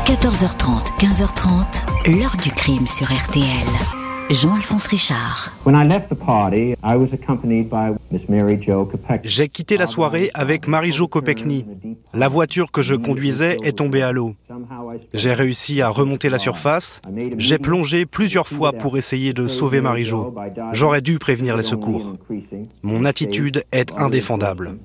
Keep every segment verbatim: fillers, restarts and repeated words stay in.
quatorze heures trente, quinze heures trente, l'heure du crime sur R T L. Jean-Alphonse Richard. J'ai quitté la soirée avec Marie-Jo Kopechny. La voiture que je conduisais est tombée à l'eau. J'ai réussi à remonter la surface. J'ai plongé plusieurs fois pour essayer de sauver Marie-Jo. J'aurais dû prévenir les secours. Mon attitude est indéfendable.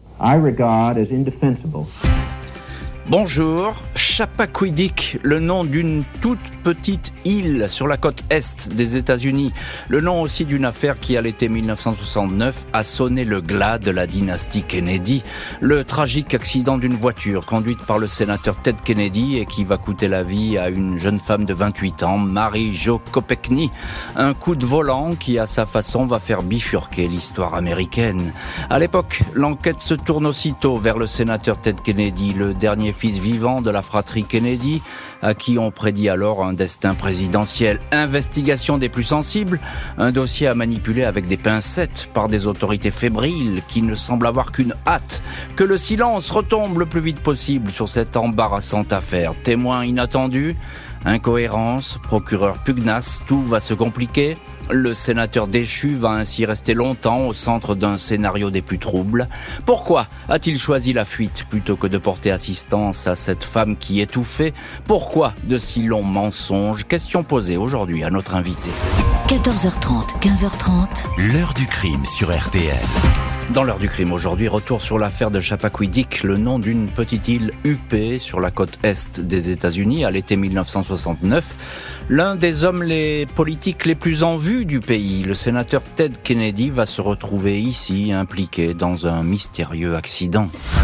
Bonjour, Chappaquiddick, le nom d'une toute petite île sur la côte est des États-Unis. Le nom aussi d'une affaire qui, à l'été mille neuf cent soixante-neuf, a sonné le glas de la dynastie Kennedy. Le tragique accident d'une voiture conduite par le sénateur Ted Kennedy et qui va coûter la vie à une jeune femme de vingt-huit ans, Marie-Jo Kopechny. Un coup de volant qui, à sa façon, va faire bifurquer l'histoire américaine. À l'époque, l'enquête se tourne aussitôt vers le sénateur Ted Kennedy, le dernier fils vivant de la fratrie Kennedy, à qui on prédit alors un destin présidentiel. Investigation des plus sensibles, un dossier à manipuler avec des pincettes par des autorités fébriles qui ne semblent avoir qu'une hâte, que le silence retombe le plus vite possible sur cette embarrassante affaire. Témoins inattendus, incohérence, procureur pugnace, tout va se compliquer. Le sénateur déchu va ainsi rester longtemps au centre d'un scénario des plus troubles. Pourquoi a-t-il choisi la fuite plutôt que de porter assistance à cette femme qui étouffait ? Pourquoi de si longs mensonges ? Question posée aujourd'hui à notre invité. quatorze heures trente, quinze heures trente. L'heure du crime sur R T L. Dans l'heure du crime aujourd'hui, retour sur l'affaire de Chappaquiddick, le nom d'une petite île huppée sur la côte est des États-Unis à l'été mille neuf cent soixante-neuf. L'un des hommes les politiques les plus en vue du pays, le sénateur Ted Kennedy, va se retrouver ici impliqué dans un mystérieux accident.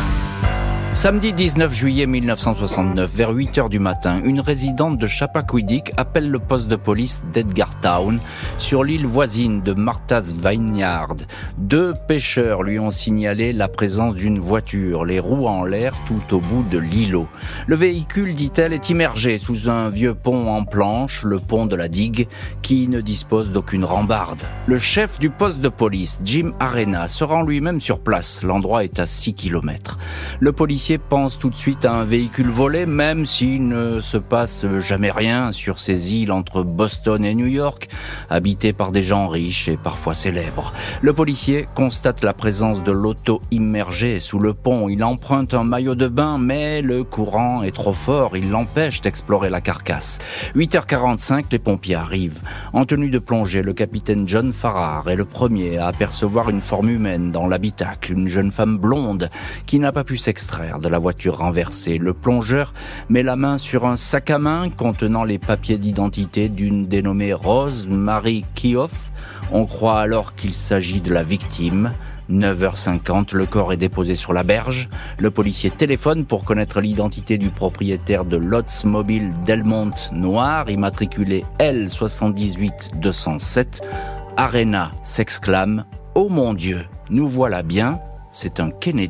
Samedi dix-neuf juillet mille neuf cent soixante-neuf, vers huit heures du matin, une résidente de Chappaquiddick appelle le poste de police d'Edgartown, sur l'île voisine de Martha's Vineyard. Deux pêcheurs lui ont signalé la présence d'une voiture, les roues en l'air tout au bout de l'îlot. Le véhicule, dit-elle, est immergé sous un vieux pont en planche, le pont de la digue, qui ne dispose d'aucune rambarde. Le chef du poste de police, Jim Arena, se rend lui-même sur place. L'endroit est à six kilomètres. Le policier pense tout de suite à un véhicule volé, même s'il ne se passe jamais rien sur ces îles entre Boston et New York, habitées par des gens riches et parfois célèbres. Le policier constate la présence de l'auto immergée sous le pont. Il emprunte un maillot de bain, mais le courant est trop fort. Il l'empêche d'explorer la carcasse. huit heures quarante-cinq, les pompiers arrivent. En tenue de plongée, le capitaine John Farrar est le premier à apercevoir une forme humaine dans l'habitacle, une jeune femme blonde qui n'a pas pu s'extraire de la voiture renversée. Le plongeur met la main sur un sac à main contenant les papiers d'identité d'une dénommée Rose Marie Kioff. On croit alors qu'il s'agit de la victime. neuf heures cinquante, le corps est déposé sur la berge. Le policier téléphone pour connaître l'identité du propriétaire de l'Oldsmobile Delmont noir, immatriculé L soixante-dix-huit deux cent sept. Arena s'exclame « Oh mon Dieu, nous voilà bien, c'est un Kennedy ».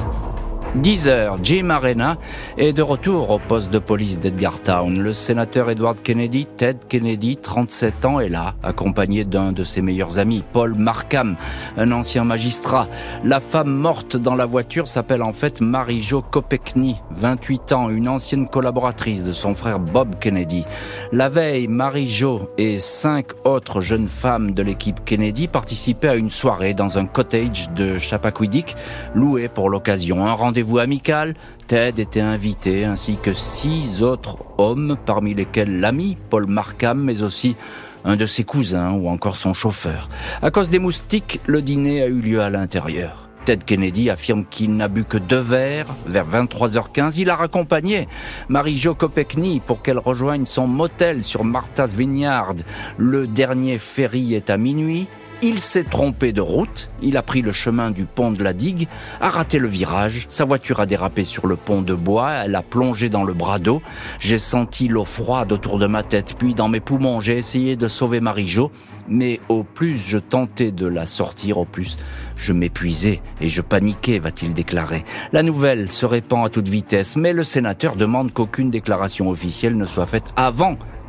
dix heures, Jim Arena est de retour au poste de police d'Edgartown. Le sénateur Edward Kennedy, Ted Kennedy, trente-sept ans, est là, accompagné d'un de ses meilleurs amis, Paul Markham, un ancien magistrat. La femme morte dans la voiture s'appelle en fait Marie-Jo Kopechny, vingt-huit ans, une ancienne collaboratrice de son frère Bob Kennedy. La veille, Marie-Jo et cinq autres jeunes femmes de l'équipe Kennedy participaient à une soirée dans un cottage de Chappaquiddick, loué pour l'occasion. Un rendez-vous amical, Ted était invité, ainsi que six autres hommes, parmi lesquels l'ami Paul Markham, mais aussi un de ses cousins ou encore son chauffeur. À cause des moustiques, le dîner a eu lieu à l'intérieur. Ted Kennedy affirme qu'il n'a bu que deux verres. Vers vingt-trois heures quinze, il a raccompagné Marie-Jo Kopechny pour qu'elle rejoigne son motel sur Martha's Vineyard. Le dernier ferry est à minuit. Il s'est trompé de route, il a pris le chemin du pont de la digue, a raté le virage, sa voiture a dérapé sur le pont de bois, elle a plongé dans le bras d'eau. J'ai senti l'eau froide autour de ma tête, puis dans mes poumons, j'ai essayé de sauver Marie-Jo, mais au plus je tentais de la sortir, au plus je m'épuisais et je paniquais, va-t-il déclarer. La nouvelle se répand à toute vitesse, mais le sénateur demande qu'aucune déclaration officielle ne soit faite avant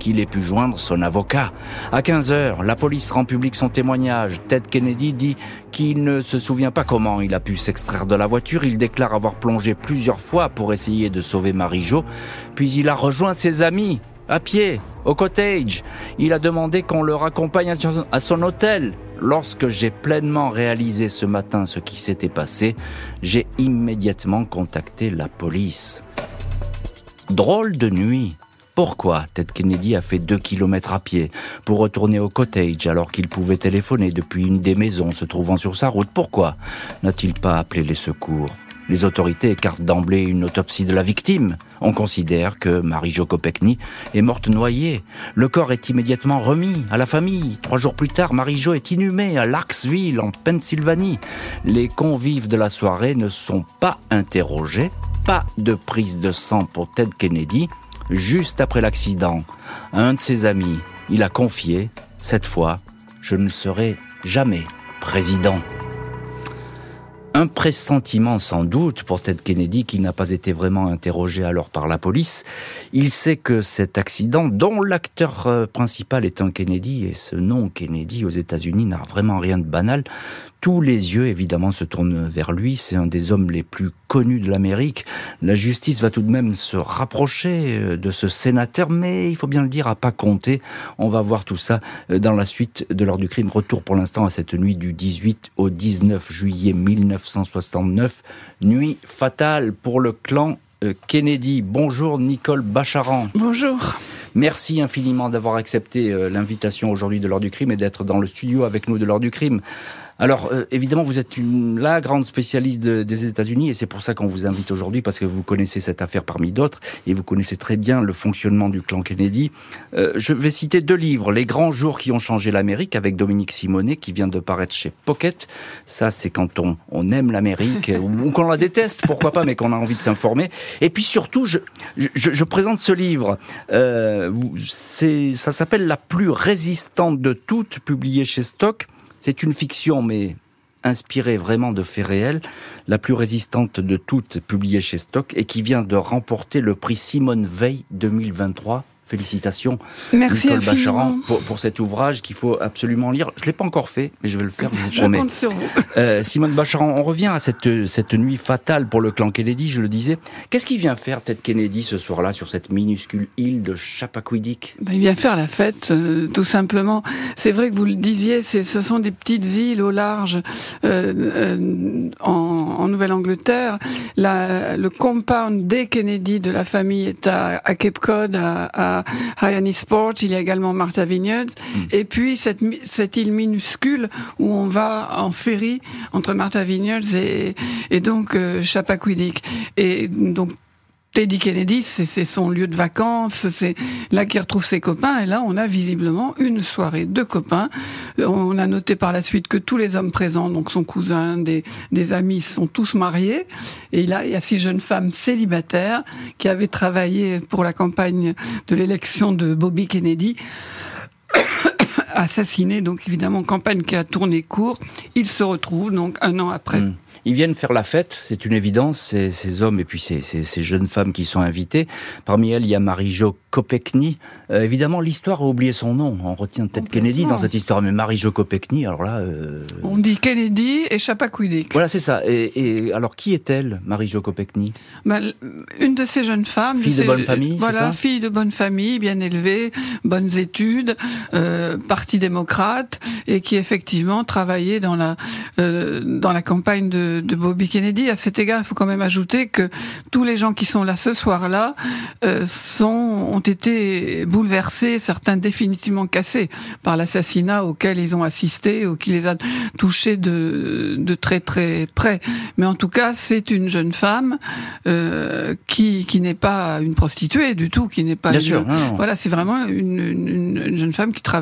qu'il ait pu joindre son avocat. À quinze heures, la police rend public son témoignage. Ted Kennedy dit qu'il ne se souvient pas comment il a pu s'extraire de la voiture. Il déclare avoir plongé plusieurs fois pour essayer de sauver Marie-Jo. Puis il a rejoint ses amis à pied, au cottage. Il a demandé qu'on le raccompagne à son hôtel. Lorsque j'ai pleinement réalisé ce matin ce qui s'était passé, j'ai immédiatement contacté la police. Drôle de nuit. Pourquoi Ted Kennedy a fait deux kilomètres à pied pour retourner au cottage alors qu'il pouvait téléphoner depuis une des maisons se trouvant sur sa route? Pourquoi n'a-t-il pas appelé les secours? Les autorités écartent d'emblée une autopsie de la victime. On considère que Marie-Jo Kopechny est morte noyée. Le corps est immédiatement remis à la famille. Trois jours plus tard, Marie-Jo est inhumée à Larksville, en Pennsylvanie. Les convives de la soirée ne sont pas interrogés. Pas de prise de sang pour Ted Kennedy. Juste après l'accident, un de ses amis, il a confié, cette fois, je ne serai jamais président. Un pressentiment sans doute pour Ted Kennedy qui n'a pas été vraiment interrogé alors par la police. Il sait que cet accident, dont l'acteur principal est un Kennedy, et ce nom Kennedy aux États-Unis n'a vraiment rien de banal, tous les yeux évidemment se tournent vers lui. C'est un des hommes les plus connus de l'Amérique. La justice va tout de même se rapprocher de ce sénateur, mais il faut bien le dire, à pas compter. On va voir tout ça dans la suite de l'heure du crime. Retour pour l'instant à cette nuit du dix-huit au dix-neuf juillet mille neuf cent soixante-neuf. Nuit fatale pour le clan Kennedy. Bonjour Nicole Bacharan. Bonjour. Merci infiniment d'avoir accepté l'invitation aujourd'hui de l'heure du crime et d'être dans le studio avec nous de l'heure du crime. Alors, euh, évidemment, vous êtes une, la grande spécialiste de, des États-Unis et c'est pour ça qu'on vous invite aujourd'hui, parce que vous connaissez cette affaire parmi d'autres et vous connaissez très bien le fonctionnement du clan Kennedy. Euh, je vais citer deux livres, Les grands jours qui ont changé l'Amérique, avec Dominique Simonet, qui vient de paraître chez Pocket. Ça, c'est quand on, on aime l'Amérique, ou qu'on la déteste, pourquoi pas, mais qu'on a envie de s'informer. Et puis surtout, je, je, je présente ce livre. Euh, c'est, ça s'appelle La plus résistante de toutes, publié chez Stock. C'est une fiction, mais inspirée vraiment de faits réels, la plus résistante de toutes, publiée chez Stock, et qui vient de remporter le prix Simone Veil deux mille vingt-trois. Félicitations, Merci Nicole Bacharan, infiniment. pour, pour cet ouvrage qu'il faut absolument lire. Je ne l'ai pas encore fait, mais je vais le faire, je vous Je promets. compte sur vous. Euh, Simone Bacharan, on revient à cette, cette nuit fatale pour le clan Kennedy, je le disais. Qu'est-ce qu'il vient faire, Ted Kennedy, ce soir-là, sur cette minuscule île de Chappaquiddick? Ben, il vient faire la fête, euh, tout simplement. C'est vrai que vous le disiez, c'est, ce sont des petites îles au large euh, euh, en, en Nouvelle-Angleterre. La, le compound des Kennedy de la famille est à, à Cape Cod, à, à Hyannisport. Il y a également Martha Vineyards. Mm. Et puis cette, cette île minuscule où on va en ferry entre Martha Vineyards et, et donc euh, Chappaquiddick. Et donc Teddy Kennedy, c'est, c'est son lieu de vacances, c'est là qu'il retrouve ses copains, et là on a visiblement une soirée de copains. On a noté par la suite que tous les hommes présents, donc son cousin, des, des amis, sont tous mariés, et là il y a six jeunes femmes célibataires qui avaient travaillé pour la campagne de l'élection de Bobby Kennedy, assassiné, donc évidemment campagne qui a tourné court. Ils se retrouvent donc un an après. Mmh. Ils viennent faire la fête, c'est une évidence, ces, ces hommes et puis ces, ces, ces jeunes femmes qui sont invitées. Parmi elles, il y a Marie-Jo Kopechny. Euh, évidemment, l'histoire a oublié son nom. On retient peut-être Kennedy dans cette histoire, mais Marie-Jo Kopechny, alors là... Euh... On dit Kennedy et Chappaquiddick. Voilà, c'est ça. Et, et alors, qui est-elle, Marie-Jo Kopechny? Ben, une de ces jeunes femmes... Fille de bonne famille, voilà, c'est ça? Fille de bonne famille, bien élevée, bonnes études, euh, parti démocrate, et qui effectivement travaillait dans la, euh, dans la campagne de de Bobby Kennedy. À cet égard, il faut quand même ajouter que tous les gens qui sont là ce soir-là euh, sont, ont été bouleversés, certains définitivement cassés par l'assassinat auquel ils ont assisté ou qui les a touchés de, de très très près. Mais en tout cas, c'est une jeune femme euh, qui, qui n'est pas une prostituée du tout, qui n'est pas... Bien une, sûr. Non, non. Voilà, c'est vraiment une, une, une jeune femme qui travaillait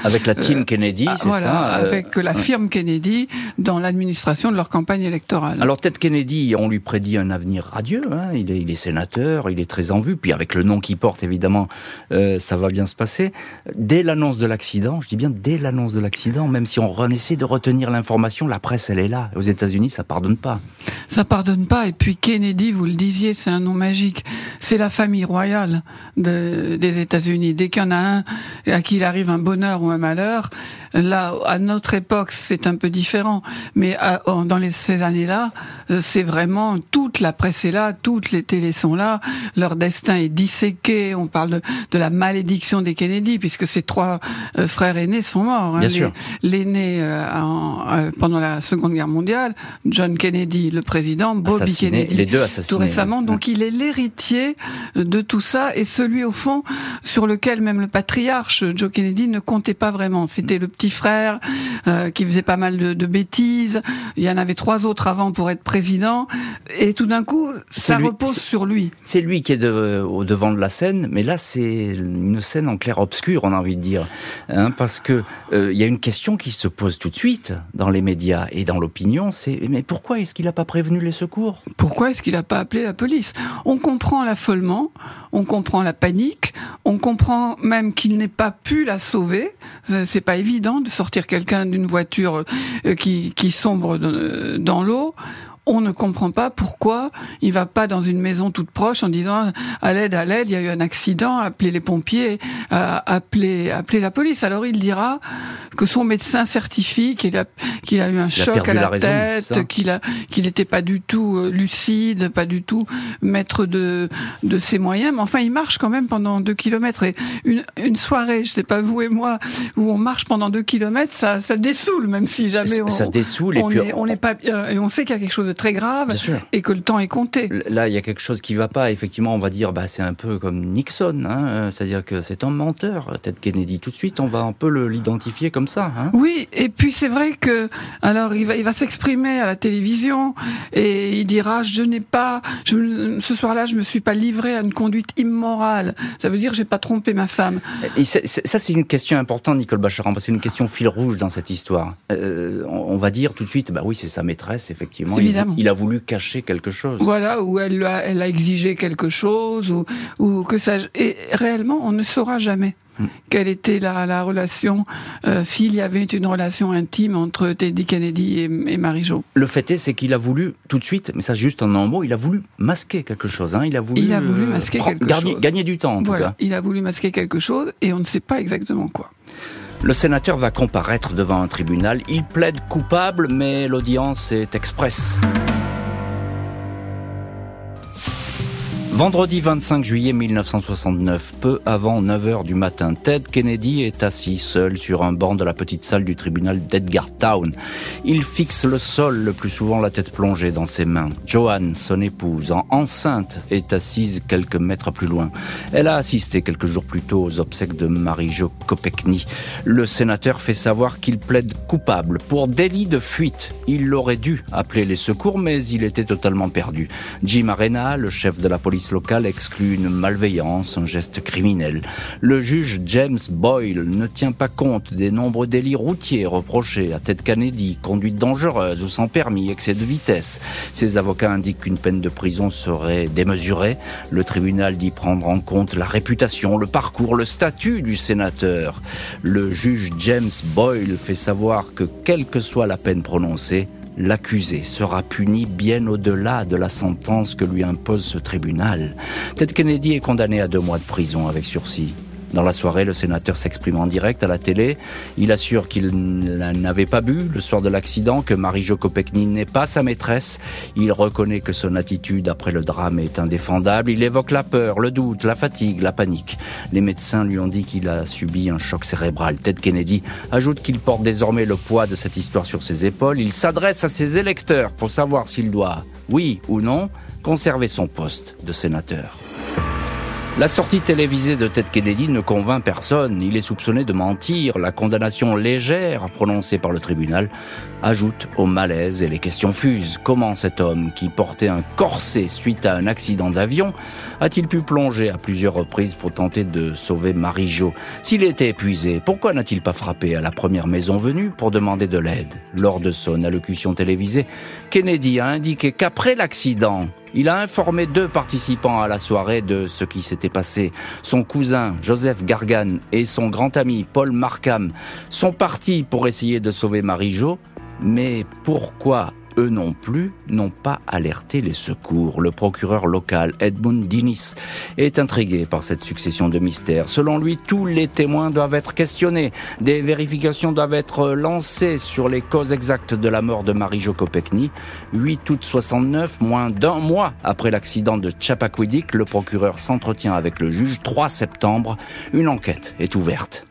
Avec la team euh, Kennedy, ah, c'est voilà, ça euh, avec la firme Kennedy dans l'administration de leur campagne électorale. Alors Ted Kennedy, on lui prédit un avenir radieux, hein. il, est, il est sénateur, il est très en vue, puis avec le nom qu'il porte, évidemment, euh, ça va bien se passer. Dès l'annonce de l'accident, je dis bien dès l'annonce de l'accident, même si on essaie de retenir l'information, la presse, elle est là. Aux États-Unis, ça pardonne pas. Ça pardonne pas, et puis Kennedy, vous le disiez, c'est un nom magique. C'est la famille royale de, des États-Unis. Dès qu'il y en a un à qui il arrive un bonheur ou un malheur, là, à notre époque, c'est un peu différent. Mais à, dans les, ces années-là, c'est vraiment toute la presse est là, toutes les télés sont là, leur destin est disséqué. On parle de, de la malédiction des Kennedy, puisque ces trois euh, frères aînés sont morts. Hein. Bien les, sûr. L'aîné euh, en, euh, pendant la Seconde Guerre mondiale, John Kennedy, le président, Bobby assassiné, Kennedy, les deux assassinés, tout récemment. ouais. Donc il est l'héritier de tout ça, et celui au fond sur lequel même le patriarche Joe Kennedy ne comptait pas vraiment. C'était le petit frère euh, qui faisait pas mal de, de bêtises. Il y en avait trois autres avant pour être président, et tout d'un coup, ça lui, repose sur lui. C'est lui qui est de, au devant de la scène, mais là c'est une scène en clair-obscur, on a envie de dire, hein, parce que euh, il y a une question qui se pose tout de suite dans les médias et dans l'opinion, c'est mais pourquoi est-ce qu'il n'a pas prévenu les secours ? Pourquoi est-ce qu'il n'a pas appelé la police ? On comprend l'affolement, on comprend la panique, on comprend même qu'il n'ait pas pu la sauver. C'est pas évident de sortir quelqu'un d'une voiture qui, qui sombre dans l'eau. On ne comprend pas pourquoi il va pas dans une maison toute proche en disant à l'aide, à l'aide, il y a eu un accident, appelez les pompiers, euh, appelez, appelez la police. Alors il dira que son médecin certifie qu'il a, qu'il a eu un il choc à la, la tête, raison, qu'il a, qu'il n'était pas du tout lucide, pas du tout maître de de ses moyens. Mais enfin, il marche quand même pendant deux kilomètres. Et une une soirée, je sais pas vous et moi, où on marche pendant deux kilomètres, ça ça dessoule, même si jamais on ça dessoule on et puis est, on n'est pas bien, et on sait qu'il y a quelque chose de très grave et que le temps est compté. Là, il y a quelque chose qui va pas. Effectivement, on va dire, bah, c'est un peu comme Nixon, hein, c'est-à-dire que c'est un menteur. Ted Kennedy, tout de suite, on va un peu le, l'identifier comme ça. Hein. Oui, et puis c'est vrai que, alors, il va, il va s'exprimer à la télévision et il dira, je n'ai pas, je, ce soir-là, je me suis pas livré à une conduite immorale. Ça veut dire, j'ai pas trompé ma femme. Et c'est, c'est, ça, c'est une question importante, Nicole Bacharan, parce que c'est une question fil rouge dans cette histoire. Euh, on, on va dire tout de suite, bah oui, c'est sa maîtresse, effectivement. Évidemment. Il, il a voulu cacher quelque chose. Voilà, ou elle a, elle a exigé quelque chose, ou, ou que ça. Et réellement, on ne saura jamais mmh. quelle était la, la relation, euh, s'il y avait une relation intime entre Teddy Kennedy et, et Marie-Jo. Le fait est, c'est qu'il a voulu tout de suite, mais ça juste en un mot, il a voulu masquer quelque chose. Hein. Il a voulu, il a voulu masquer euh, quelque gagner, chose. Gagner du temps, en voilà, tout cas. Il a voulu masquer quelque chose, et on ne sait pas exactement quoi. Le sénateur va comparaître devant un tribunal. Il plaide coupable, mais l'audience est express. Vendredi vingt-cinq juillet mille neuf cent soixante-neuf, peu avant neuf heures du matin, Ted Kennedy est assis seul sur un banc de la petite salle du tribunal d'Edgartown. Il fixe le sol, le plus souvent la tête plongée dans ses mains. Joanne, son épouse, enceinte, est assise quelques mètres plus loin. Elle a assisté quelques jours plus tôt aux obsèques de Marie-Jo Kopechne. Le sénateur fait savoir qu'il plaide coupable pour délit de fuite. Il aurait dû appeler les secours, mais il était totalement perdu. Jim Arena, le chef de la police locale, exclut une malveillance, un geste criminel. Le juge James Boyle ne tient pas compte des nombreux délits routiers reprochés à Ted Kennedy, conduite dangereuse ou sans permis, excès de vitesse. Ses avocats indiquent qu'une peine de prison serait démesurée. Le tribunal dit prendre en compte la réputation, le parcours, le statut du sénateur. Le juge James Boyle fait savoir que quelle que soit la peine prononcée, l'accusé sera puni bien au-delà de la sentence que lui impose ce tribunal. Ted Kennedy est condamné à deux mois de prison avec sursis. Dans la soirée, le sénateur s'exprime en direct à la télé. Il assure qu'il n'avait pas bu le soir de l'accident, que Marie-Jo Kopechne n'est pas sa maîtresse. Il reconnaît que son attitude après le drame est indéfendable. Il évoque la peur, le doute, la fatigue, la panique. Les médecins lui ont dit qu'il a subi un choc cérébral. Ted Kennedy ajoute qu'il porte désormais le poids de cette histoire sur ses épaules. Il s'adresse à ses électeurs pour savoir s'il doit, oui ou non, conserver son poste de sénateur. La sortie télévisée de Ted Kennedy ne convainc personne. Il est soupçonné de mentir. La condamnation légère prononcée par le tribunal ajoute au malaise et les questions fusent. Comment cet homme, qui portait un corset suite à un accident d'avion, a-t-il pu plonger à plusieurs reprises pour tenter de sauver Marie-Jo ? S'il était épuisé, pourquoi n'a-t-il pas frappé à la première maison venue pour demander de l'aide ? Lors de son allocution télévisée, Kennedy a indiqué qu'après l'accident, il a informé deux participants à la soirée de ce qui s'était passé. Son cousin, Joseph Gargan, et son grand ami, Paul Markham, sont partis pour essayer de sauver Marie-Jo. Mais pourquoi eux non plus n'ont pas alerté les secours ? Le procureur local, Edmund Dinnis, est intrigué par cette succession de mystères. Selon lui, tous les témoins doivent être questionnés. Des vérifications doivent être lancées sur les causes exactes de la mort de Marie-Jo Kopechny. huit août soixante-neuf, moins d'un mois après l'accident de Chappaquiddick, le procureur s'entretient avec le juge. trois septembre, une enquête est ouverte.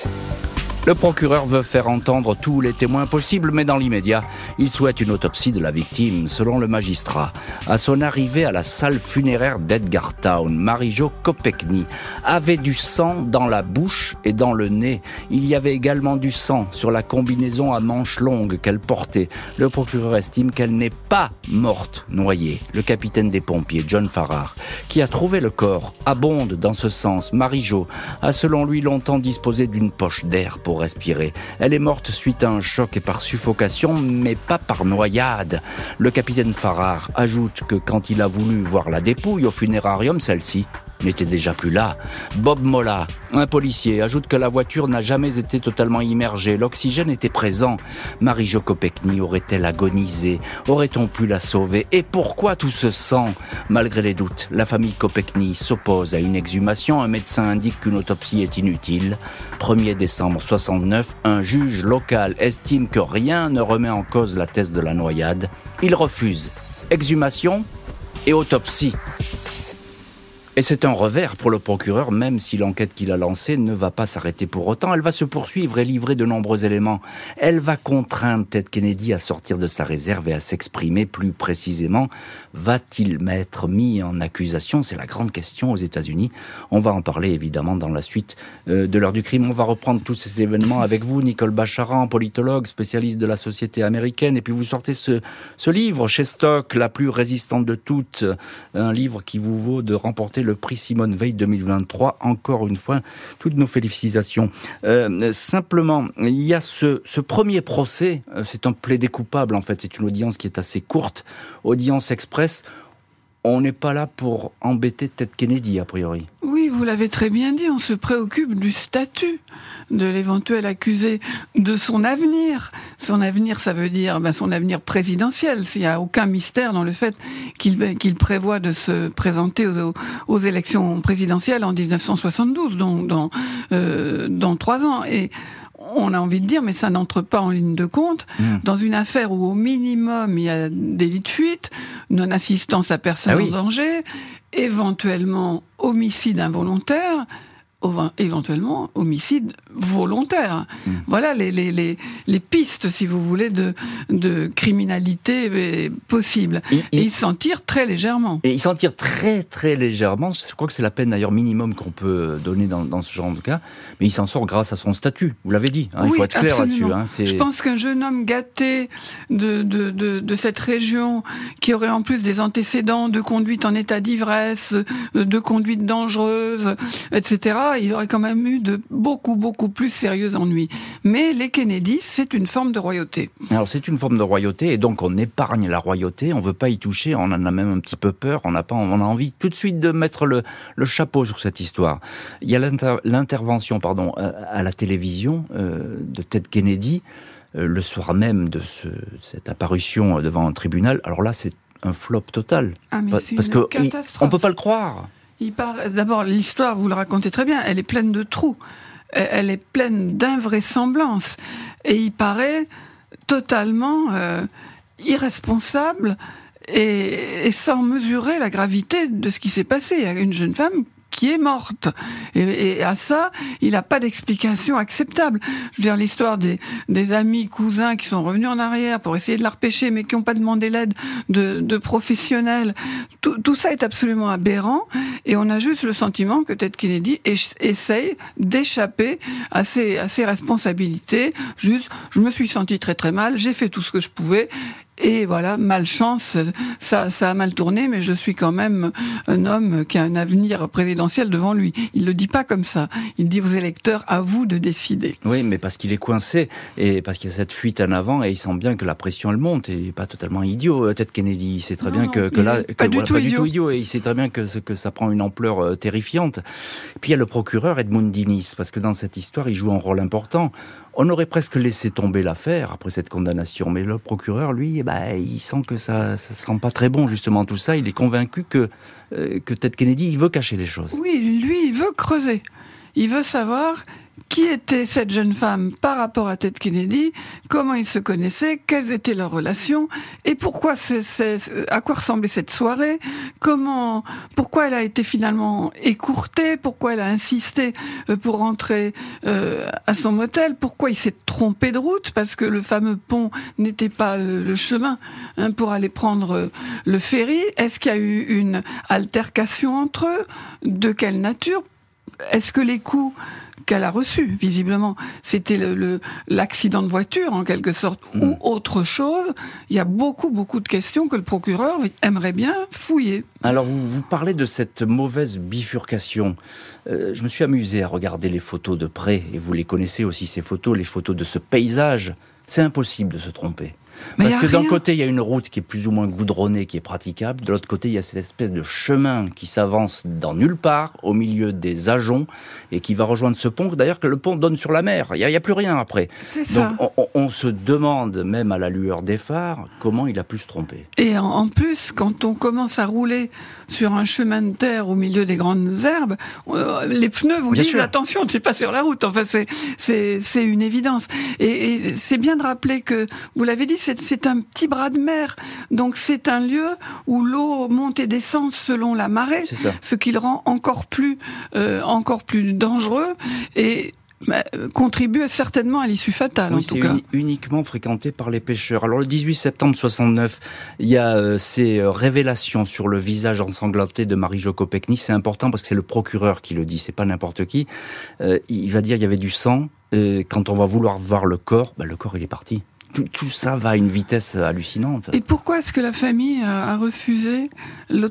Le procureur veut faire entendre tous les témoins possibles, mais dans l'immédiat, il souhaite une autopsie de la victime. Selon le magistrat, à son arrivée à la salle funéraire d'Edgartown, Marie-Jo Kopechny avait du sang dans la bouche et dans le nez. Il y avait également du sang sur la combinaison à manches longues qu'elle portait. Le procureur estime qu'elle n'est pas morte noyée. Le capitaine des pompiers, John Farrar, qui a trouvé le corps, abonde dans ce sens. Marie-Jo a selon lui longtemps disposé d'une poche d'air pour respirer. Elle est morte suite à un choc et par suffocation, mais pas par noyade. Le capitaine Farrar ajoute que quand il a voulu voir la dépouille au funérarium, celle-ci n'était déjà plus là. Bob Molla, un policier, ajoute que la voiture n'a jamais été totalement immergée. L'oxygène était présent. Marie-Jo Kopechny aurait-elle agonisé ? Aurait-on pu la sauver ? Et pourquoi tout ce sang ? Malgré les doutes, la famille Kopechny s'oppose à une exhumation. Un médecin indique qu'une autopsie est inutile. premier décembre soixante-neuf, un juge local estime que rien ne remet en cause la thèse de la noyade. Il refuse exhumation et autopsie. Et c'est un revers pour le procureur, même si l'enquête qu'il a lancée ne va pas s'arrêter pour autant. Elle va se poursuivre et livrer de nombreux éléments. Elle va contraindre Ted Kennedy à sortir de sa réserve et à s'exprimer plus précisément. Va-t-il m'être mis en accusation ? C'est la grande question aux États-Unis. On va en parler évidemment dans la suite euh, de l'heure du crime. On va reprendre tous ces événements avec vous, Nicole Bacharan, politologue, spécialiste de la société américaine. Et puis vous sortez ce, ce livre chez Stock, La plus résistante de toutes. Un livre qui vous vaut de remporter le prix Simone Veil deux mille vingt-trois. Encore une fois, toutes nos félicitations. Euh, simplement, il y a ce, ce premier procès. C'est un plaidé coupable, en fait. C'est une audience qui est assez courte. Audience express. On n'est pas là pour embêter Ted Kennedy, a priori. Oui, vous l'avez très bien dit. On se préoccupe du statut de l'éventuel accusé, de son avenir. Son avenir, ça veut dire ben, son avenir présidentiel. S'il n'y a aucun mystère dans le fait qu'il, qu'il prévoit de se présenter aux, aux élections présidentielles en dix-neuf cent soixante-douze, donc dans, euh, dans trois ans. Et on a envie de dire, mais ça n'entre pas en ligne de compte, mmh. dans une affaire où au minimum il y a délit de fuite, non-assistance à personne ah oui. en danger, éventuellement homicide involontaire, éventuellement homicide volontaire. Mmh. Voilà les, les, les, les pistes, si vous voulez, de, de criminalité possible. Et, et, et il s'en tire très légèrement. Et il s'en tire très très légèrement. Je crois que c'est la peine d'ailleurs minimum qu'on peut donner dans, dans ce genre de cas. Mais il s'en sort grâce à son statut. Vous l'avez dit. Hein, oui, il faut être clair absolument. là-dessus. Hein, c'est... Je pense qu'un jeune homme gâté de, de, de, de cette région, qui aurait en plus des antécédents de conduite en état d'ivresse, de conduite dangereuse, et cetera, il aurait quand même eu de beaucoup, beaucoup plus sérieux ennuis. Mais les Kennedy, c'est une forme de royauté. Alors c'est une forme de royauté, et donc on épargne la royauté, on ne veut pas y toucher, on en a même un petit peu peur, on a, pas, on a envie tout de suite de mettre le, le chapeau sur cette histoire. Il y a l'inter, l'intervention pardon, à la télévision euh, de Ted Kennedy, euh, le soir même de ce, cette apparition devant un tribunal. Alors là, c'est un flop total. Ah, mais c'est parce une que catastrophe. On ne peut pas le croire. Il part... D'abord, l'histoire, vous le racontez très bien, elle est pleine de trous. Elle est pleine d'invraisemblances. Et il paraît totalement euh, irresponsable et, et sans mesurer la gravité de ce qui s'est passé. Il y a une jeune femme qui est morte. Et, et à ça, il n'a pas d'explication acceptable. Je veux dire, l'histoire des, des amis, cousins qui sont revenus en arrière pour essayer de la repêcher, mais qui n'ont pas demandé l'aide de, de professionnels. Tout, tout ça est absolument aberrant, et on a juste le sentiment que Ted Kennedy essaye d'échapper à ses, à ses responsabilités. Juste, je me suis senti très très mal, j'ai fait tout ce que je pouvais, et voilà, malchance, ça, ça a mal tourné, mais je suis quand même un homme qui a un avenir présidentiel devant lui. Il le dit pas comme ça. Il dit aux électeurs, à vous de décider. Oui, mais parce qu'il est coincé, et parce qu'il y a cette fuite en avant, et il sent bien que la pression, elle monte, et il n'est pas totalement idiot, Ted Kennedy. Il sait très non, bien que, que là, que, pas, du, voilà, tout pas du tout idiot, et il sait très bien que, que ça prend une ampleur euh, terrifiante. Et puis il y a le procureur Edmund Dinnis, parce que dans cette histoire, il joue un rôle important. On aurait presque laissé tomber l'affaire après cette condamnation, mais le procureur, lui, bah, il sent que ça ne sent pas très bon, justement, tout ça. Il est convaincu que, euh, que Ted Kennedy, il veut cacher les choses. Oui, lui, il veut creuser. Il veut savoir qui était cette jeune femme par rapport à Ted Kennedy, comment ils se connaissaient, quelles étaient leurs relations, et pourquoi c'est, c'est, à quoi ressemblait cette soirée, comment, pourquoi elle a été finalement écourtée, pourquoi elle a insisté pour rentrer euh, à son motel, pourquoi il s'est trompé de route, parce que le fameux pont n'était pas le, le chemin hein, pour aller prendre le ferry. Est-ce qu'il y a eu une altercation entre eux? De quelle nature? Est-ce que les coups qu'elle a reçus, visiblement, c'était le, le, l'accident de voiture, en quelque sorte, mmh. ou autre chose? Il y a beaucoup, beaucoup de questions que le procureur aimerait bien fouiller. Alors, vous, vous parlez de cette mauvaise bifurcation. Euh, je me suis amusé à regarder les photos de près, et vous les connaissez aussi, ces photos, les photos de ce paysage. C'est impossible de se tromper. Mais Parce que d'un rien. côté, il y a une route qui est plus ou moins goudronnée, qui est praticable. De l'autre côté, il y a cette espèce de chemin qui s'avance dans nulle part, au milieu des ajoncs, et qui va rejoindre ce pont. D'ailleurs, que le pont donne sur la mer. Il n'y a, a plus rien après. C'est ça. Donc, on, on se demande, même à la lueur des phares, comment il a pu se tromper. Et en, en plus, quand on commence à rouler sur un chemin de terre au milieu des grandes herbes, euh, les pneus vous bien disent sûr. Attention, tu n'es pas sur la route. Enfin, c'est, c'est, c'est une évidence. Et, et c'est bien de rappeler que, vous l'avez dit, c'est, c'est un petit bras de mer. Donc c'est un lieu où l'eau monte et descend selon la marée, ce qui le rend encore plus, euh, encore plus dangereux. Et Bah, contribue certainement à l'issue fatale, oui, en tout c'est cas. Uni- uniquement fréquenté par les pêcheurs. Alors, le dix-huit septembre soixante-neuf, il y a euh, ces euh, révélations sur le visage ensanglanté de Marie-Jo Kopechny. C'est important parce que c'est le procureur qui le dit, c'est pas n'importe qui. Euh, il va dire il y avait du sang. Euh, quand on va vouloir voir le corps, bah, le corps, il est parti. Tout, tout ça va à une vitesse hallucinante. Et pourquoi est-ce que la famille a, a refusé l'autopsie ?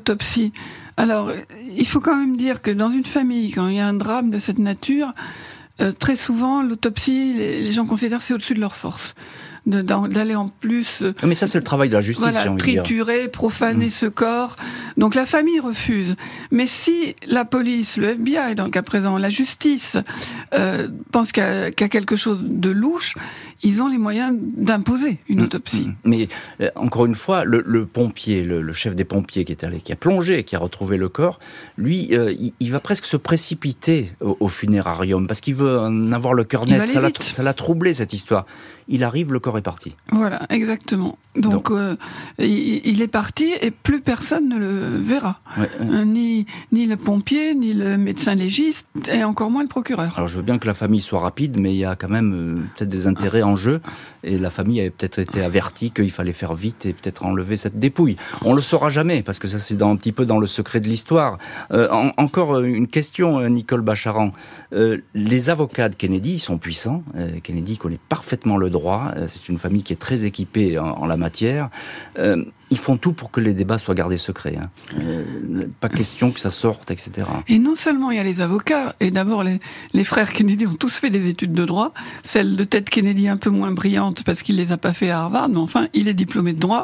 Alors, il faut quand même dire que dans une famille, quand il y a un drame de cette nature, Euh, très souvent, l'autopsie, les, les gens considèrent que c'est au-dessus de leur force. De, d'aller en plus... Euh, Mais ça, c'est le travail de la justice, voilà, j'ai envie de dire. triturer, profaner mmh. ce corps. Donc la famille refuse. Mais si la police, le F B I, dans le cas présent, la justice, euh, pense qu'il y, a, qu'il y a quelque chose de louche, ils ont les moyens d'imposer une mmh. autopsie. Mmh. Mais euh, encore une fois, le, le pompier, le, le chef des pompiers qui est allé, qui a plongé, qui a retrouvé le corps, lui, euh, il, il va presque se précipiter au, au funérarium parce qu'il veut en avoir le cœur net. Ça l'a, ça l'a troublé, cette histoire. Il arrive, le corps est parti. Voilà, exactement. Donc, Donc. Euh, il, il est parti et plus personne ne le verra. Ouais, ouais. Ni, ni le pompier, ni le médecin légiste, et encore moins le procureur. Alors je veux bien que la famille soit rapide, mais il y a quand même euh, peut-être des intérêts en jeu, et la famille avait peut-être été avertie qu'il fallait faire vite et peut-être enlever cette dépouille. On le saura jamais, parce que ça c'est dans, un petit peu dans le secret de l'histoire. Euh, en, encore une question, Nicole Bacharan. Euh, les avocats de Kennedy sont puissants. Euh, Kennedy connaît parfaitement le droit. Euh, c'est une famille qui est très équipée en, en la matière. Euh, ils font tout pour que les débats soient gardés secrets. Hein. Euh, pas question que ça sorte, et cetera. Et non seulement il y a les avocats, et d'abord les, les frères Kennedy ont tous fait des études de droit, celle de Ted Kennedy un peu moins brillante parce qu'il les a pas fait à Harvard, mais enfin il est diplômé de droit.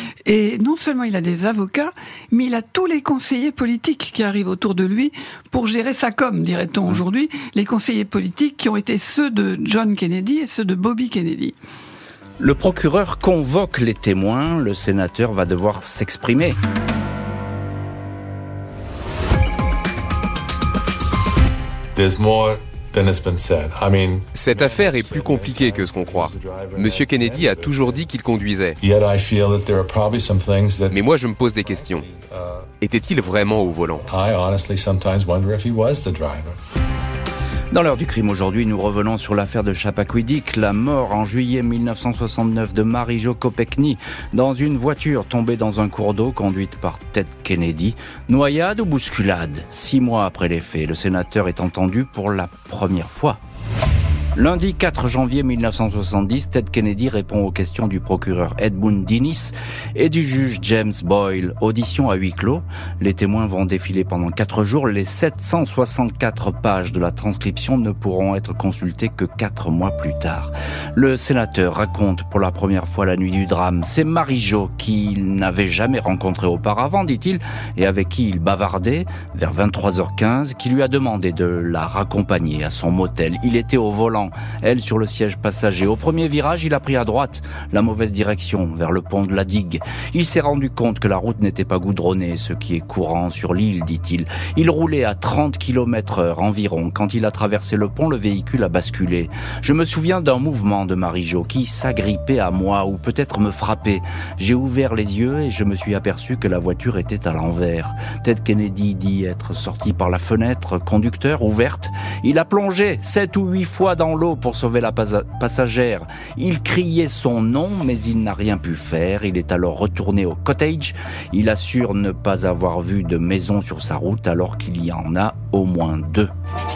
Et non seulement il a des avocats, mais il a tous les conseillers politiques qui arrivent autour de lui pour gérer sa com, dirait-on aujourd'hui, les conseillers politiques qui ont été ceux de John Kennedy et ceux de Bobby Kennedy. Le procureur convoque les témoins, le sénateur va devoir s'exprimer. There's more Cette affaire est plus compliquée que ce qu'on croit. Monsieur Kennedy a toujours dit qu'il conduisait. Mais moi, je me pose des questions. Était-il vraiment au volant ? Dans l'heure du crime aujourd'hui, nous revenons sur l'affaire de Chappaquiddick, la mort en juillet mille neuf cent soixante-neuf de Mary-Jo Kopechne dans une voiture tombée dans un cours d'eau conduite par Ted Kennedy. Noyade ou bousculade ? Six mois après les faits, le sénateur est entendu pour la première fois. Lundi quatre janvier mille neuf cent soixante-dix, Ted Kennedy répond aux questions du procureur Edmund Dennis et du juge James Boyle. Audition à huis clos. Les témoins vont défiler pendant quatre jours. Les sept cent soixante-quatre pages de la transcription ne pourront être consultées que quatre mois plus tard. Le sénateur raconte pour la première fois la nuit du drame. C'est Mary-Jo qu'il n'avait jamais rencontrée auparavant, dit-il, et avec qui il bavardait vers vingt-trois heures quinze, qui lui a demandé de la raccompagner à son motel. Il était au volant, elle sur le siège passager. Au premier virage, il a pris à droite, la mauvaise direction, vers le pont de la digue. Il s'est rendu compte que la route n'était pas goudronnée, ce qui est courant sur l'île, dit-il. Il roulait à trente kilomètres heure environ. Quand il a traversé le pont, le véhicule a basculé. Je me souviens d'un mouvement de Mary-Jo qui s'agrippait à moi ou peut-être me frappait. J'ai ouvert les yeux et je me suis aperçu que la voiture était à l'envers. Ted Kennedy dit être sorti par la fenêtre conducteur ouverte. Il a plongé sept ou huit fois dans l'eau pour sauver la pas- passagère. Il criait son nom, mais il n'a rien pu faire. Il est alors retourné au cottage. Il assure ne pas avoir vu de maison sur sa route alors qu'il y en a au moins deux.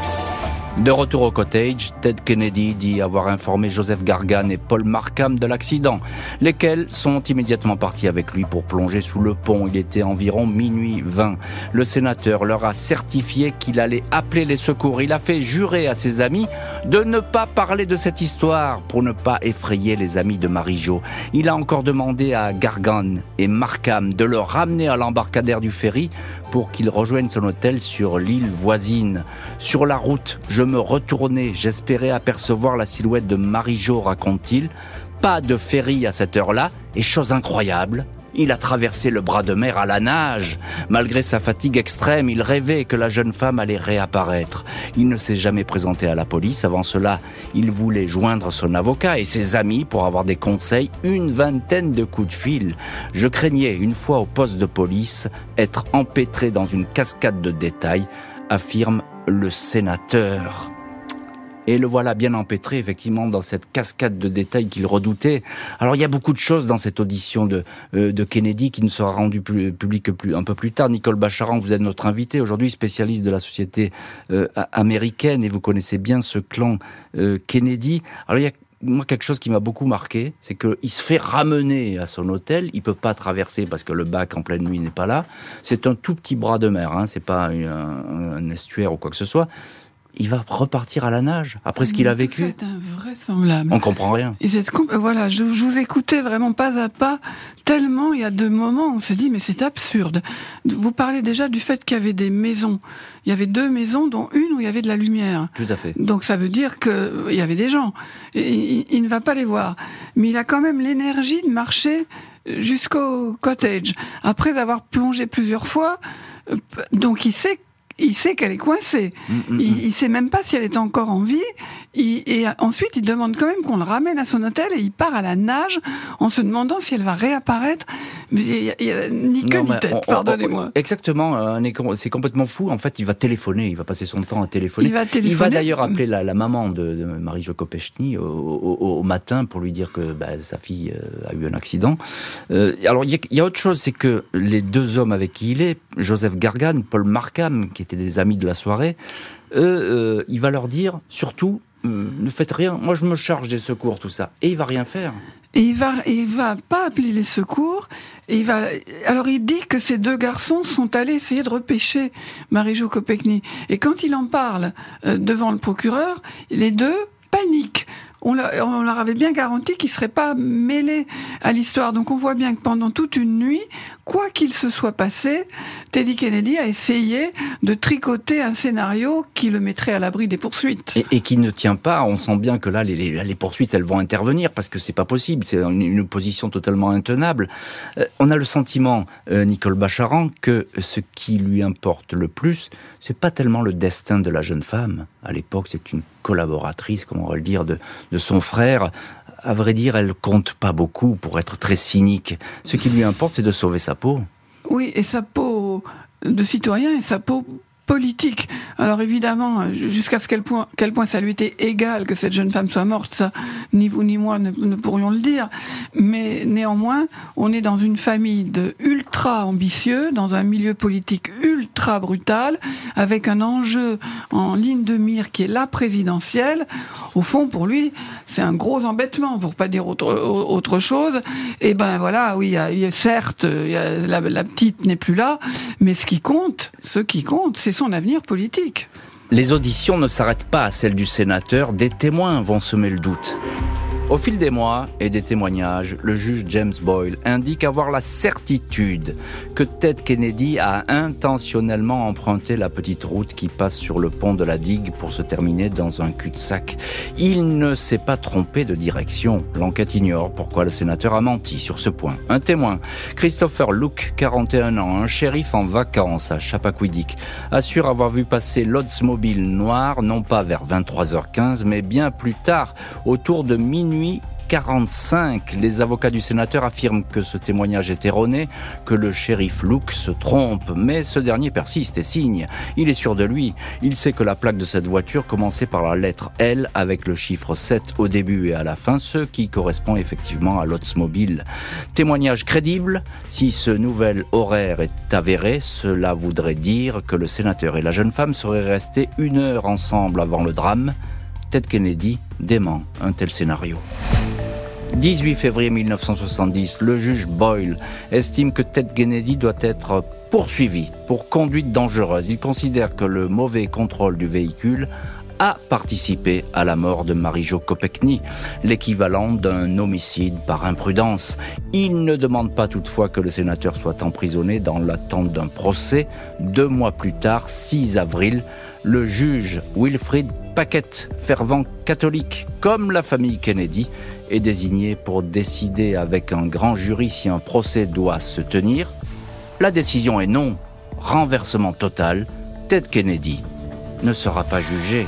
De retour au cottage, Ted Kennedy dit avoir informé Joseph Gargan et Paul Markham de l'accident, lesquels sont immédiatement partis avec lui pour plonger sous le pont. Il était environ minuit vingt. Le sénateur leur a certifié qu'il allait appeler les secours. Il a fait jurer à ses amis de ne pas parler de cette histoire pour ne pas effrayer les amis de Mary-Jo. Il a encore demandé à Gargan et Markham de le ramener à l'embarcadère du ferry pour qu'il rejoigne son hôtel sur l'île voisine. Sur la route, je me retournais, j'espérais apercevoir la silhouette de Mary-Jo, raconte-t-il. Pas de ferry à cette heure-là, et chose incroyable, il a traversé le bras de mer à la nage. Malgré sa fatigue extrême, il rêvait que la jeune femme allait réapparaître. Il ne s'est jamais présenté à la police. Avant cela, il voulait joindre son avocat et ses amis pour avoir des conseils. Une vingtaine de coups de fil. Je craignais, une fois au poste de police, être empêtré dans une cascade de détails, affirme le sénateur. Et le voilà bien empêtré, effectivement, dans cette cascade de détails qu'il redoutait. Alors, il y a beaucoup de choses dans cette audition de, euh, de Kennedy qui ne sera rendue plus, publique plus, un peu plus tard. Nicole Bacharan, vous êtes notre invité aujourd'hui, spécialiste de la société euh, américaine, et vous connaissez bien ce clan euh, Kennedy. Alors, il y a moi, quelque chose qui m'a beaucoup marqué, c'est qu'il se fait ramener à son hôtel. Il peut pas traverser parce que le bac en pleine nuit n'est pas là. C'est un tout petit bras de mer, hein. C'est pas un, un estuaire ou quoi que ce soit. Il va repartir à la nage après ce qu'il a vécu. C'est invraisemblable. On comprend rien. Et c'est compl- voilà, je, je vous écoutais vraiment pas à pas, tellement il y a deux moments où on se dit mais c'est absurde. Vous parlez déjà du fait qu'il y avait des maisons. Il y avait deux maisons, dont une où il y avait de la lumière. Tout à fait. Donc ça veut dire que il y avait des gens. Et il, il ne va pas les voir, mais il a quand même l'énergie de marcher jusqu'au cottage après avoir plongé plusieurs fois. Donc il sait. Il sait qu'elle est coincée. Mmh, mmh. Il, il sait même pas si elle est encore en vie. Il, et ensuite, il demande quand même qu'on le ramène à son hôtel et il part à la nage en se demandant si elle va réapparaître. Mais il y a, il y a ni queue ni tête, on, pardonnez-moi. On, exactement, c'est complètement fou. En fait, il va téléphoner, il va passer son temps à téléphoner. Il va, téléphoner. Il va d'ailleurs appeler la, la maman de, de Mary-Jo Kopechne au, au, au matin pour lui dire que bah, sa fille a eu un accident. Euh, alors, il y, a, il y a autre chose, c'est que les deux hommes avec qui il est, Joseph Gargan, Paul Markham, qui étaient des amis de la soirée, eux, euh, il va leur dire, surtout, euh, ne faites rien, moi je me charge des secours, tout ça. Et il va rien faire. Et il va, il va pas appeler les secours. Et il va. Alors il dit que ces deux garçons sont allés essayer de repêcher Mary-Jo Kopechne. Et quand il en parle euh, devant le procureur, les deux paniquent. on leur, on leur avait bien garanti qu'ils ne seraient pas mêlés à l'histoire. Donc on voit bien que pendant toute une nuit, quoi qu'il se soit passé, Teddy Kennedy a essayé de tricoter un scénario qui le mettrait à l'abri des poursuites. Et, et qui ne tient pas, on sent bien que là, les, les, les poursuites, elles vont intervenir, parce que c'est pas possible, c'est une, une position totalement intenable. Euh, on a le sentiment, euh, Nicole Bacharan, que ce qui lui importe le plus, c'est pas tellement le destin de la jeune femme. À l'époque, c'est une collaboratrice, comment on va le dire, de, de son frère. À vrai dire, elle compte pas beaucoup, pour être très cynique. Ce qui lui importe, c'est de sauver sa peau. Oui, et sa peau de citoyen et sa peau politique. Alors évidemment, jusqu'à ce quel point, quel point ça lui était égal que cette jeune femme soit morte, ça, ni vous ni moi ne, ne pourrions le dire. Mais néanmoins, on est dans une famille de ultra ambitieux, dans un milieu politique ultra brutal, avec un enjeu en ligne de mire qui est la présidentielle. Au fond, pour lui, c'est un gros embêtement, pour pas dire autre, autre chose. Et ben voilà, oui, il y a, il y a, certes, il y a, la, la petite n'est plus là, mais ce qui compte, ce qui compte, c'est son avenir politique. Les auditions ne s'arrêtent pas à celle du sénateur, des témoins vont semer le doute. Au fil des mois et des témoignages, le juge James Boyle indique avoir la certitude que Ted Kennedy a intentionnellement emprunté la petite route qui passe sur le pont de la digue pour se terminer dans un cul-de-sac. Il ne s'est pas trompé de direction. L'enquête ignore pourquoi le sénateur a menti sur ce point. Un témoin, Christopher Luke, quarante et un ans, un shérif en vacances à Chappaquiddick, assure avoir vu passer l'Oldsmobile noir non pas vers vingt-trois heures quinze, mais bien plus tard, autour de minuit quarante-cinq. Les avocats du sénateur affirment que ce témoignage est erroné, que le shérif Luke se trompe, mais ce dernier persiste et signe. Il est sûr de lui. Il sait que la plaque de cette voiture commençait par la lettre L avec le chiffre sept au début et à la fin, ce qui correspond effectivement à l'Oldsmobile. Témoignage crédible. Si ce nouvel horaire est avéré, cela voudrait dire que le sénateur et la jeune femme seraient restés une heure ensemble avant le drame. Ted Kennedy dément un tel scénario. dix-huit février mille neuf cent soixante-dix, le juge Boyle estime que Ted Kennedy doit être poursuivi pour conduite dangereuse. Il considère que le mauvais contrôle du véhicule a participé à la mort de Mary-Jo Kopechne, l'équivalent d'un homicide par imprudence. Il ne demande pas toutefois que le sénateur soit emprisonné dans l'attente d'un procès. Deux mois plus tard, six avril, le juge Wilfrid Paquette, fervent catholique, comme la famille Kennedy, est désigné pour décider avec un grand jury si un procès doit se tenir. La décision est non. Renversement total. Ted Kennedy ne sera pas jugé.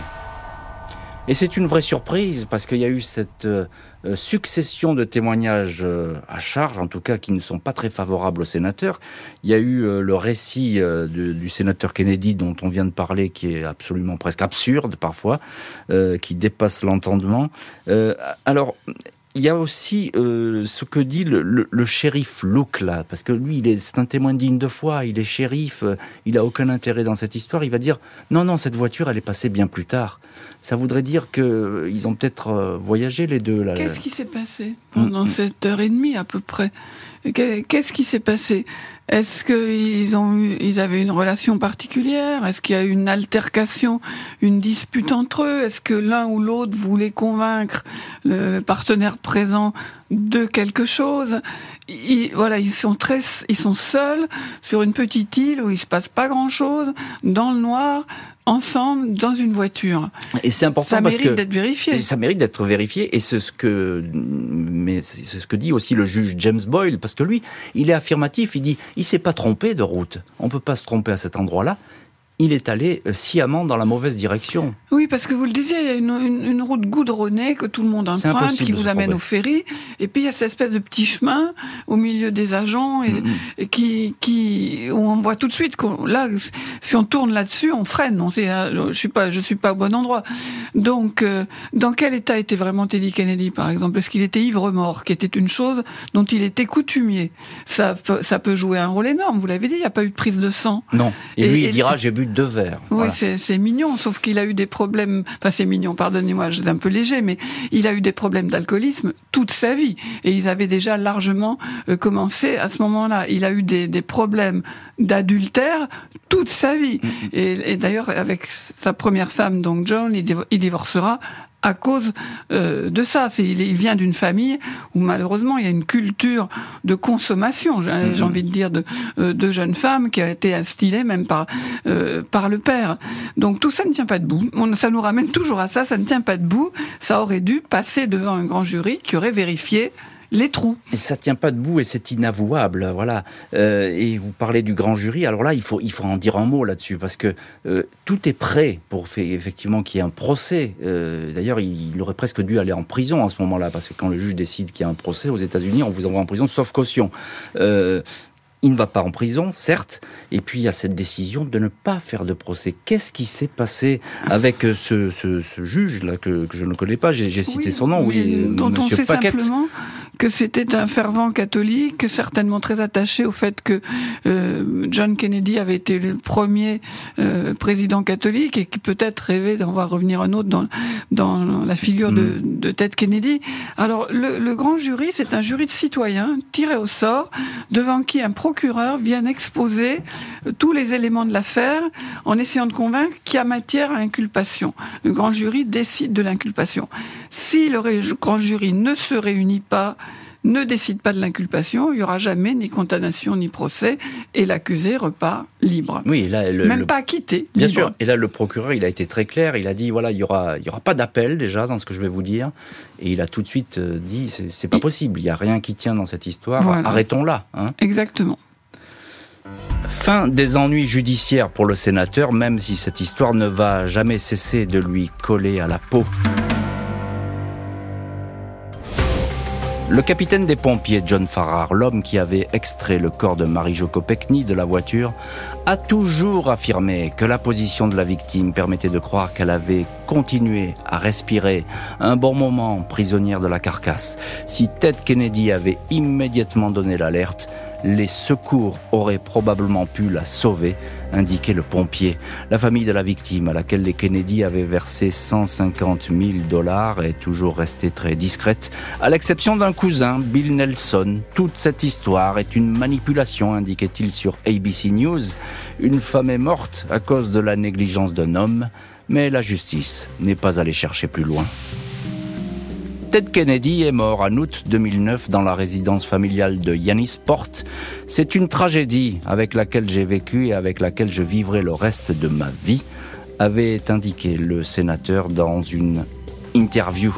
Et c'est une vraie surprise, parce qu'il y a eu cette euh, succession de témoignages euh, à charge, en tout cas qui ne sont pas très favorables au sénateur. Il y a eu euh, le récit euh, de, du sénateur Kennedy dont on vient de parler, qui est absolument presque absurde parfois, euh, qui dépasse l'entendement. Euh, alors... Il y a aussi euh, ce que dit le, le, le shérif Luke, là, parce que lui, il est, c'est un témoin digne de foi, il est shérif, euh, il a aucun intérêt dans cette histoire. Il va dire, non, non, cette voiture, elle est passée bien plus tard. Ça voudrait dire qu'ils euh, ont peut-être euh, voyagé les deux. Là. Qu'est-ce qui s'est passé pendant mmh. cette heure et demie à peu près ? Qu'est-ce qui s'est passé ? Est-ce qu'ils ont eu, ils avaient une relation particulière ? Est-ce qu'il y a eu une altercation, une dispute entre eux ? Est-ce que l'un ou l'autre voulait convaincre le, le partenaire présent de quelque chose ? Ils, voilà, ils sont très, ils sont seuls sur une petite île où il se passe pas grand-chose, dans le noir, ensemble dans une voiture. Et c'est important ça parce que mérite d'être vérifié. Ça mérite d'être vérifié, et c'est ce que, mais c'est ce que dit aussi le juge James Boyle, parce que lui, il est affirmatif. Il dit, il s'est pas trompé de route. On peut pas se tromper à cet endroit-là. Il est allé sciemment dans la mauvaise direction. Oui, parce que vous le disiez, il y a une, une, une route goudronnée que tout le monde emprunte, qui vous amène au ferry, et puis il y a cette espèce de petit chemin au milieu des agents, et, mm-hmm. et qui, qui, où on voit tout de suite qu'on, là, si on tourne là-dessus, on freine. On sait, je suis pas, je suis pas au bon endroit. Donc, euh, dans quel état était vraiment Teddy Kennedy, par exemple ? Est-ce qu'il était ivre-mort, qui était une chose dont il était coutumier ? Ça, ça peut jouer un rôle énorme. Vous l'avez dit, il n'y a pas eu de prise de sang. Non. Et, et lui, il et, dira, j'ai bu deux verres. Oui, voilà. c'est, c'est mignon, sauf qu'il a eu des problèmes, enfin c'est mignon, pardonnez-moi, je suis un peu léger, mais il a eu des problèmes d'alcoolisme toute sa vie. Et ils avaient déjà largement euh, commencé à ce moment-là. Il a eu des, des problèmes d'adultère toute sa vie. Mm-hmm. Et, et d'ailleurs, avec sa première femme, donc Joan, il, div- il divorcera à cause euh, de ça. C'est, il, il vient d'une famille où malheureusement il y a une culture de consommation, j'ai, mmh. j'ai envie de dire, de, euh, de jeunes femmes qui a été instillée même par, euh, par le père. Donc tout ça ne tient pas debout. On, ça nous ramène toujours à ça, ça ne tient pas debout. Ça aurait dû passer devant un grand jury qui aurait vérifié les trous. Et ça tient pas debout et c'est inavouable, voilà. Euh, et vous parlez du grand jury, alors là, il faut, il faut en dire un mot là-dessus, parce que euh, tout est prêt pour faire, effectivement qu'il y ait un procès. Euh, d'ailleurs, il, il aurait presque dû aller en prison à ce moment-là, parce que quand le juge décide qu'il y a un procès aux États-Unis, on vous envoie en prison sauf caution. Euh, Il ne va pas en prison, certes, et puis il y a cette décision de ne pas faire de procès. Qu'est-ce qui s'est passé avec ce, ce, ce juge-là que, que je ne connais pas, j'ai, j'ai cité oui, son nom, oui, dont Monsieur on sait Paquette. Simplement que c'était un fervent catholique, certainement très attaché au fait que euh, John Kennedy avait été le premier euh, président catholique et qui peut-être rêvait d'en voir revenir un autre dans, dans la figure mmh. de, de Ted Kennedy. Alors le, le grand jury, c'est un jury de citoyens tiré au sort, devant qui un procureur vient exposer tous les éléments de l'affaire en essayant de convaincre qu'il y a matière à inculpation. Le grand jury décide de l'inculpation. Si le grand jury ne se réunit pas, ne décide pas de l'inculpation, il n'y aura jamais ni condamnation ni procès et l'accusé repart libre. Oui, là, le, même le... pas acquitté. Bien libre. sûr. Et là, le procureur, il a été très clair. Il a dit voilà, il y aura, il y aura pas d'appel déjà dans ce que je vais vous dire. Et il a tout de suite dit c'est, c'est pas il... possible. Il y a rien qui tient dans cette histoire. Voilà. Arrêtons-la. Hein. Exactement. Fin des ennuis judiciaires pour le sénateur, même si cette histoire ne va jamais cesser de lui coller à la peau. Le capitaine des pompiers, John Farrar, l'homme qui avait extrait le corps de Marie-Jo Kopechny de la voiture, a toujours affirmé que la position de la victime permettait de croire qu'elle avait continué à respirer un bon moment prisonnière de la carcasse. Si Ted Kennedy avait immédiatement donné l'alerte, les secours auraient probablement pu la sauver, indiquait le pompier. La famille de la victime, à laquelle les Kennedy avaient versé cent cinquante mille dollars, est toujours restée très discrète, à l'exception d'un cousin, Bill Nelson. Toute cette histoire est une manipulation, indiquait-il sur A B C News. Une femme est morte à cause de la négligence d'un homme, mais la justice n'est pas allée chercher plus loin. Ted Kennedy est mort en août deux mille neuf dans la résidence familiale de Yannisport. C'est une tragédie avec laquelle j'ai vécu et avec laquelle je vivrai le reste de ma vie, avait indiqué le sénateur dans une interview.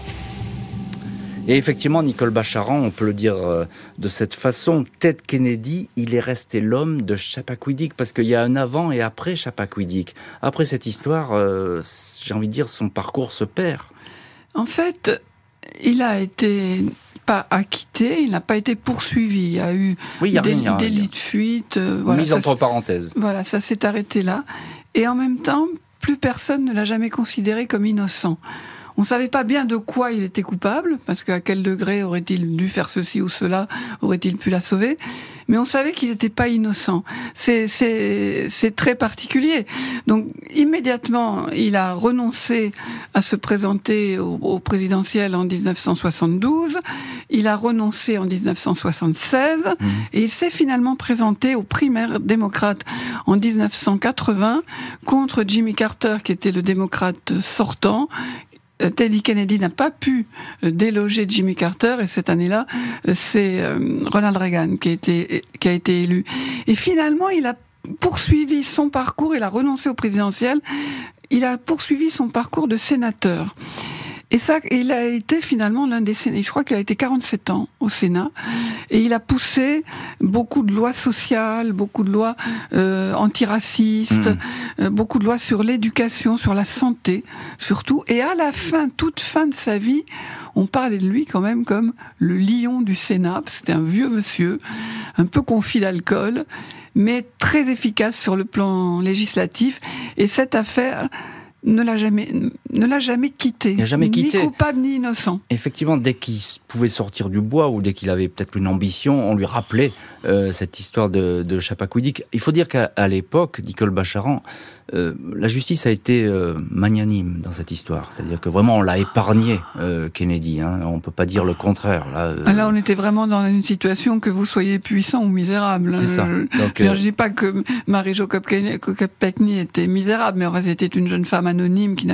Et effectivement, Nicole Bacharan, on peut le dire de cette façon, Ted Kennedy, il est resté l'homme de Chappaquiddick, parce qu'il y a un avant et après Chappaquiddick. Après cette histoire, euh, j'ai envie de dire, son parcours se perd. En fait, il a été pas acquitté, il n'a pas été poursuivi. Il y a eu oui, y a des rien, délits de fuite. Euh, voilà, mise entre parenthèses. Voilà, ça s'est arrêté là. Et en même temps, plus personne ne l'a jamais considéré comme innocent. On ne savait pas bien de quoi il était coupable, parce qu'à quel degré aurait-il dû faire ceci ou cela, aurait-il pu la sauver, mais on savait qu'il n'était pas innocent. C'est, c'est, c'est très particulier. Donc, immédiatement, il a renoncé à se présenter au, au présidentiel en dix-neuf cent soixante-douze, il a renoncé en dix-neuf cent soixante-seize, mmh. et il s'est finalement présenté aux primaires démocrates en dix-neuf cent quatre-vingts, contre Jimmy Carter, qui était le démocrate sortant. Teddy Kennedy n'a pas pu déloger Jimmy Carter et cette année-là, c'est Ronald Reagan qui a été, qui a été élu. Et finalement, il a poursuivi son parcours, il a renoncé au présidentiel, il a poursuivi son parcours de sénateur. Et ça, il a été finalement l'un des sénateurs, je crois qu'il a été quarante-sept ans au Sénat, et il a poussé beaucoup de lois sociales, beaucoup de lois euh, antiracistes, mmh. euh, beaucoup de lois sur l'éducation, sur la santé, surtout. Et à la fin, toute fin de sa vie, on parlait de lui quand même comme le lion du Sénat. C'était un vieux monsieur, un peu confit d'alcool, mais très efficace sur le plan législatif. Et cette affaire ne l'a jamais, ne l'a jamais quitté. Il n'a jamais quitté. Ni coupable ni innocent. Effectivement, dès qu'il pouvait sortir du bois ou dès qu'il avait peut-être une ambition, on lui rappelait euh, cette histoire de, de Chappaquiddick. Il faut dire qu'à à l'époque, Nicole Bacharan, euh, la justice a été euh, magnanime dans cette histoire. C'est-à-dire que vraiment, on l'a épargné, euh, Kennedy. Hein. On ne peut pas dire le contraire. Là, euh... là, on était vraiment dans une situation que vous soyez puissant ou misérable. C'est ça. Je Donc, ne euh... dis pas que Marie-Jo Kopechny était misérable, mais en fait, c'était une jeune femme anonyme qui n'avait pas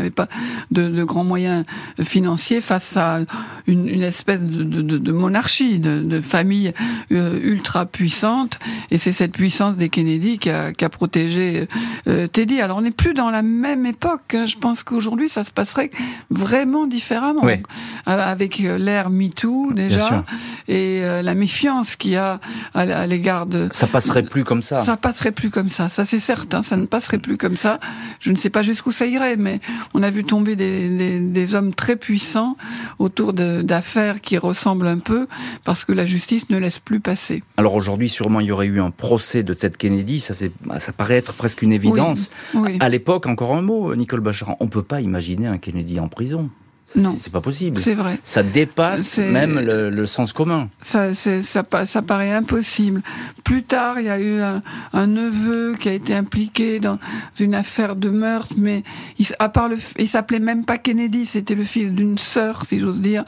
de, de grands moyens financiers face à une, une espèce de, de, de monarchie, de, de famille euh, ultra puissante. Et c'est cette puissance des Kennedy qui a, qui a protégé euh, Teddy. Alors on n'est plus dans la même époque. Hein. Je pense qu'aujourd'hui ça se passerait vraiment différemment. Oui. Donc, avec l'ère MeToo déjà et euh, la méfiance qu'il y a à, à l'égard de... Ça passerait plus comme ça. Ça passerait plus comme ça, ça c'est certain, ça ne passerait plus comme ça. Je ne sais pas jusqu'où ça irait, mais on a vu tomber des, des, des hommes très puissants autour de, d'affaires qui ressemblent un peu, parce que la justice ne laisse plus passer. Alors aujourd'hui, sûrement, il y aurait eu un procès de Ted Kennedy, ça, c'est, ça paraît être presque une évidence. Oui, oui. À l'époque, encore un mot, Nicole Bacharan, on ne peut pas imaginer un Kennedy en prison. Ça, non, c'est, c'est pas possible. C'est vrai. Ça dépasse c'est... même le, le sens commun. Ça, c'est, ça, ça paraît impossible. Plus tard, il y a eu un, un neveu qui a été impliqué dans une affaire de meurtre, mais il, à part le, il s'appelait même pas Kennedy, c'était le fils d'une sœur, si j'ose dire.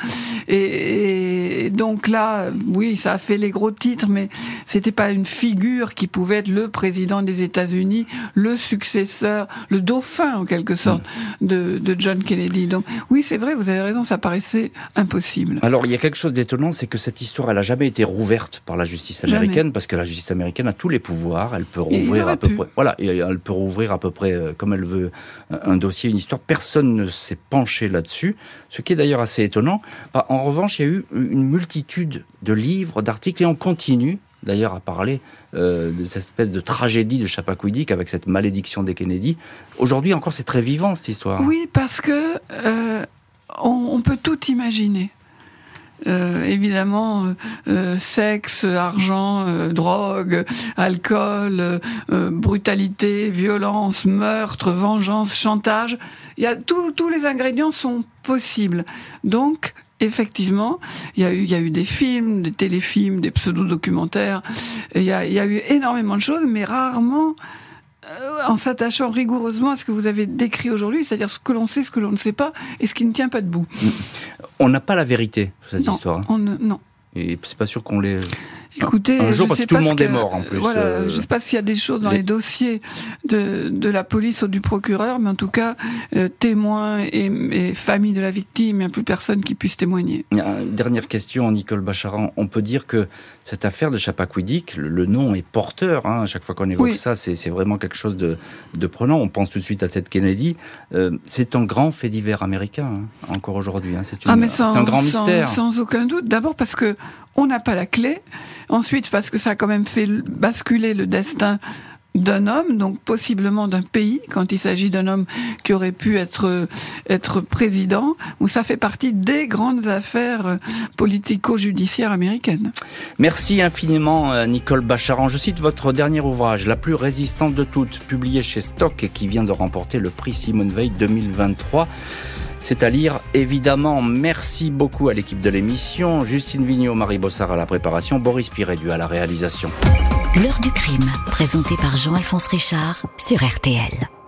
Et, et donc là, oui, ça a fait les gros titres, mais c'était pas une figure qui pouvait être le président des États-Unis, le successeur, le dauphin en quelque sorte mmh. de, de John Kennedy. Donc oui, c'est vrai. Vous avez raison, ça paraissait impossible. Alors, il y a quelque chose d'étonnant, c'est que cette histoire, elle n'a jamais été rouverte par la justice américaine, jamais. Parce que la justice américaine a tous les pouvoirs, elle peut rouvrir à peu pu. près, voilà, elle peut rouvrir à peu près comme elle veut un dossier, une histoire. Personne ne s'est penché là-dessus, ce qui est d'ailleurs assez étonnant. En revanche, il y a eu une multitude de livres, d'articles, et on continue d'ailleurs à parler euh, de cette espèce de tragédie de Chappaquiddick avec cette malédiction des Kennedy. Aujourd'hui encore, c'est très vivant cette histoire. Oui, parce que euh, on, on peut tout imaginer. Euh, évidemment, euh, euh, sexe, argent, euh, drogue, alcool, euh, brutalité, violence, meurtre, vengeance, chantage. Il y a tout, tous les ingrédients sont possibles. Donc, effectivement, il y a eu, il y a eu des films, des téléfilms, des pseudo-documentaires. Il y a, il y a eu énormément de choses, mais rarement euh, en s'attachant rigoureusement à ce que vous avez décrit aujourd'hui, c'est-à-dire ce que l'on sait, ce que l'on ne sait pas, et ce qui ne tient pas debout. On n'a pas la vérité sur cette non, histoire. Hein. On ne, non. Et c'est pas sûr qu'on l'ait... Écoutez, un jour, je parce sais que tout pas le monde que, est mort en plus. Voilà, euh, je ne sais pas s'il y a des choses dans les... les dossiers de, de la police ou du procureur, mais en tout cas, euh, témoins et, et famille de la victime, il n'y a plus personne qui puisse témoigner. Dernière question, Nicole Bacharan. On peut dire que cette affaire de Chappaquiddick, le, le nom est porteur. Hein, à chaque fois qu'on évoque oui. ça, c'est, c'est vraiment quelque chose de, de prenant. On pense tout de suite à Ted Kennedy. Euh, c'est un grand fait divers américain, hein, encore aujourd'hui. Hein. C'est, une, ah, mais sans, c'est un grand sans, mystère. Sans aucun doute. D'abord parce que on n'a pas la clé. Ensuite, parce que ça a quand même fait basculer le destin d'un homme, donc possiblement d'un pays, quand il s'agit d'un homme qui aurait pu être être président, où ça fait partie des grandes affaires politico-judiciaires américaines. Merci infiniment, Nicole Bacharan. Je cite votre dernier ouvrage, La plus résistante de toutes, publié chez Stock et qui vient de remporter le prix Simone Veil deux mille vingt-trois. C'est à lire, évidemment. Merci beaucoup à l'équipe de l'émission. Justine Vignot, Marie Bossard à la préparation, Boris Pirédu à la réalisation. L'heure du crime, présenté par Jean-Alphonse Richard sur R T L.